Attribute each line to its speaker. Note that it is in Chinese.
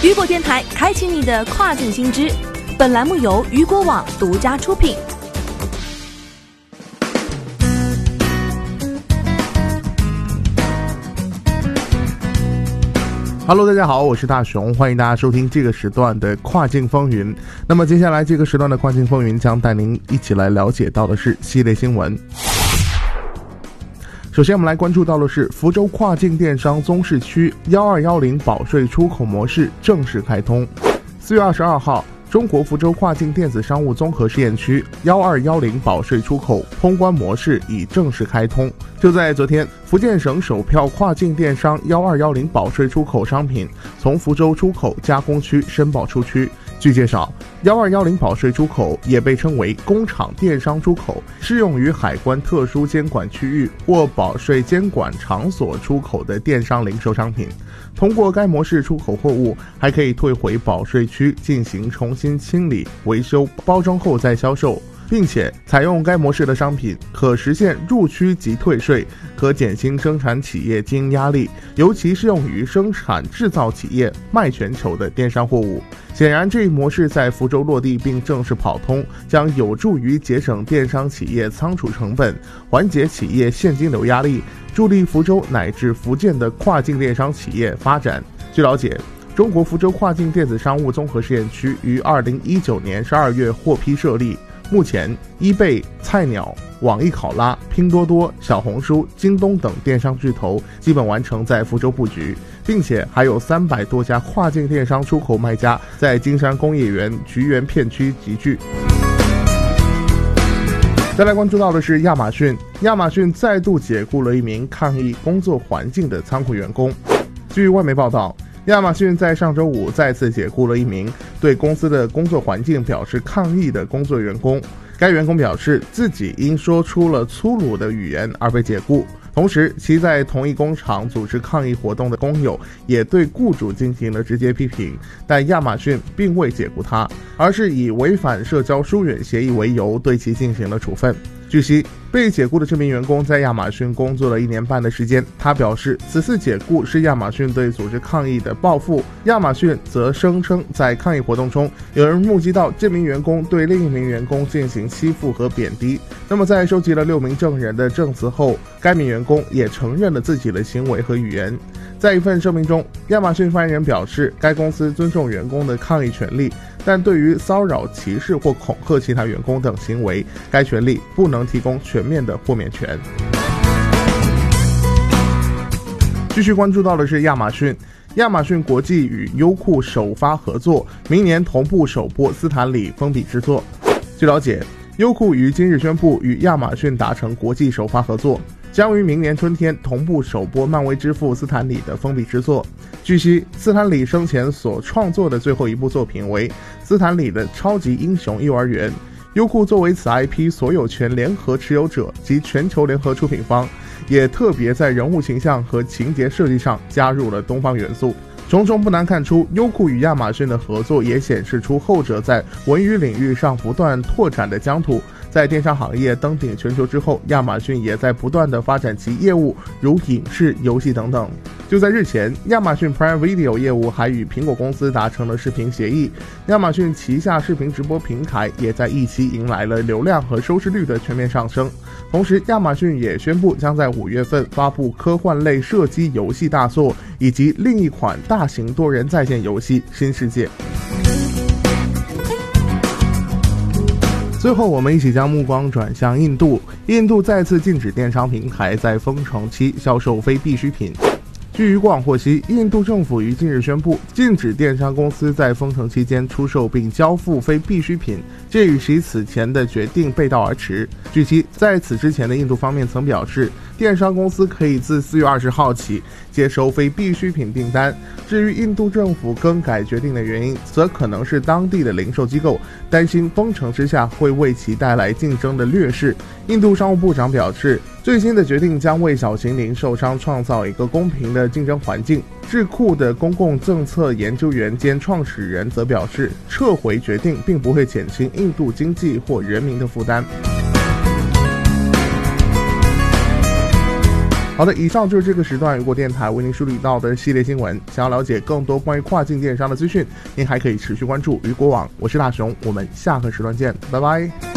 Speaker 1: 雨果电台开启你的跨境新知，本栏目由雨果网独家出品。
Speaker 2: Hello， 大家好，我是大熊，欢迎大家收听这个时段的跨境风云。那么接下来这个时段的跨境风云将带您一起来了解到的是系列新闻。首先我们来关注到的是福州跨境电商综市区1210保税出口模式正式开通。4月22号，中国福州跨境电子商务综合试验区1210保税出口通关模式已正式开通。就在昨天，福建省首票跨境电商1210保税出口商品从福州出口加工区申报出区。据介绍，1210保税出口也被称为工厂电商出口，适用于海关特殊监管区域或保税监管场所出口的电商零售商品。通过该模式出口货物还可以退回保税区进行重新清理、维修、包装后再销售，并且采用该模式的商品可实现入区即退税，可减轻生产企业经营压力，尤其适用于生产制造企业卖全球的电商货物。显然，这一模式在福州落地并正式跑通，将有助于节省电商企业仓储成本，缓解企业现金流压力，助力福州乃至福建的跨境电商企业发展。据了解，中国福州跨境电子商务综合试验区于2019年12月获批设立。目前，eBay、菜鸟、网易考拉、拼多多、小红书、京东等电商巨头基本完成在福州布局，并且还有300多家跨境电商出口卖家在金山工业园、菊园片区集聚。再来关注到的是亚马逊，亚马逊再度解雇了一名抗议工作环境的仓库员工。据外媒报道，亚马逊在上周五再次解雇了一名对公司的工作环境表示抗议的工作员工。该员工表示自己因说出了粗鲁的语言而被解雇，同时其在同一工厂组织抗议活动的工友也对雇主进行了直接批评，但亚马逊并未解雇他，而是以违反社交疏远协议为由对其进行了处分。据悉，被解雇的这名员工在亚马逊工作了1年半的时间，他表示此次解雇是亚马逊对组织抗议的报复。亚马逊则声称在抗议活动中，有人目击到这名员工对另一名员工进行欺负和贬低。那么在收集了6名证人的证词后，该名员工也承认了自己的行为和语言。在一份声明中，亚马逊发言人表示，该公司尊重员工的抗议权利，但对于骚扰、歧视或恐吓其他员工等行为，该权利不能提供全面的豁免权。继续关注到的是亚马逊，亚马逊国际与优酷首发合作，明年同步首播斯坦李封笔之作。据了解，优酷于今日宣布与亚马逊达成国际首发合作，将于明年春天同步首播漫威之父斯坦李的封笔之作。据悉，斯坦李生前所创作的最后一部作品为斯坦李的超级英雄幼儿园。优酷作为此 IP 所有权联合持有者及全球联合出品方，也特别在人物形象和情节设计上加入了东方元素。种种不难看出，优酷与亚马逊的合作也显示出后者在文娱领域上不断拓展的疆土。在电商行业登顶全球之后，亚马逊也在不断的发展其业务，如影视、游戏等等。就在日前，亚马逊 Prime Video 业务还与苹果公司达成了视频协议，亚马逊旗下视频直播平台也在一期迎来了流量和收视率的全面上升。同时，亚马逊也宣布将在5月份发布科幻类射击游戏大作，以及另一款大型多人在线游戏《新世界》。最后，我们一起将目光转向印度。印度再次禁止电商平台在封城期销售非必需品。据渔广获悉，印度政府于近日宣布禁止电商公司在封城期间出售并交付非必需品，这与其此前的决定背道而驰。据悉，在此之前的印度方面曾表示，电商公司可以自4月20号起接收非必需品订单。至于印度政府更改决定的原因，则可能是当地的零售机构担心封城之下会为其带来竞争的劣势。印度商务部长表示，最新的决定将为小型零售商创造一个公平的竞争环境。智库的公共政策研究员兼创始人则表示，撤回决定并不会减轻印度经济或人民的负担。 好的，以上就是这个时段雨果电台为您梳理到的系列新闻。想要了解更多关于跨境电商的资讯，您还可以持续关注雨果网。我是大雄，我们下个时段见，拜拜。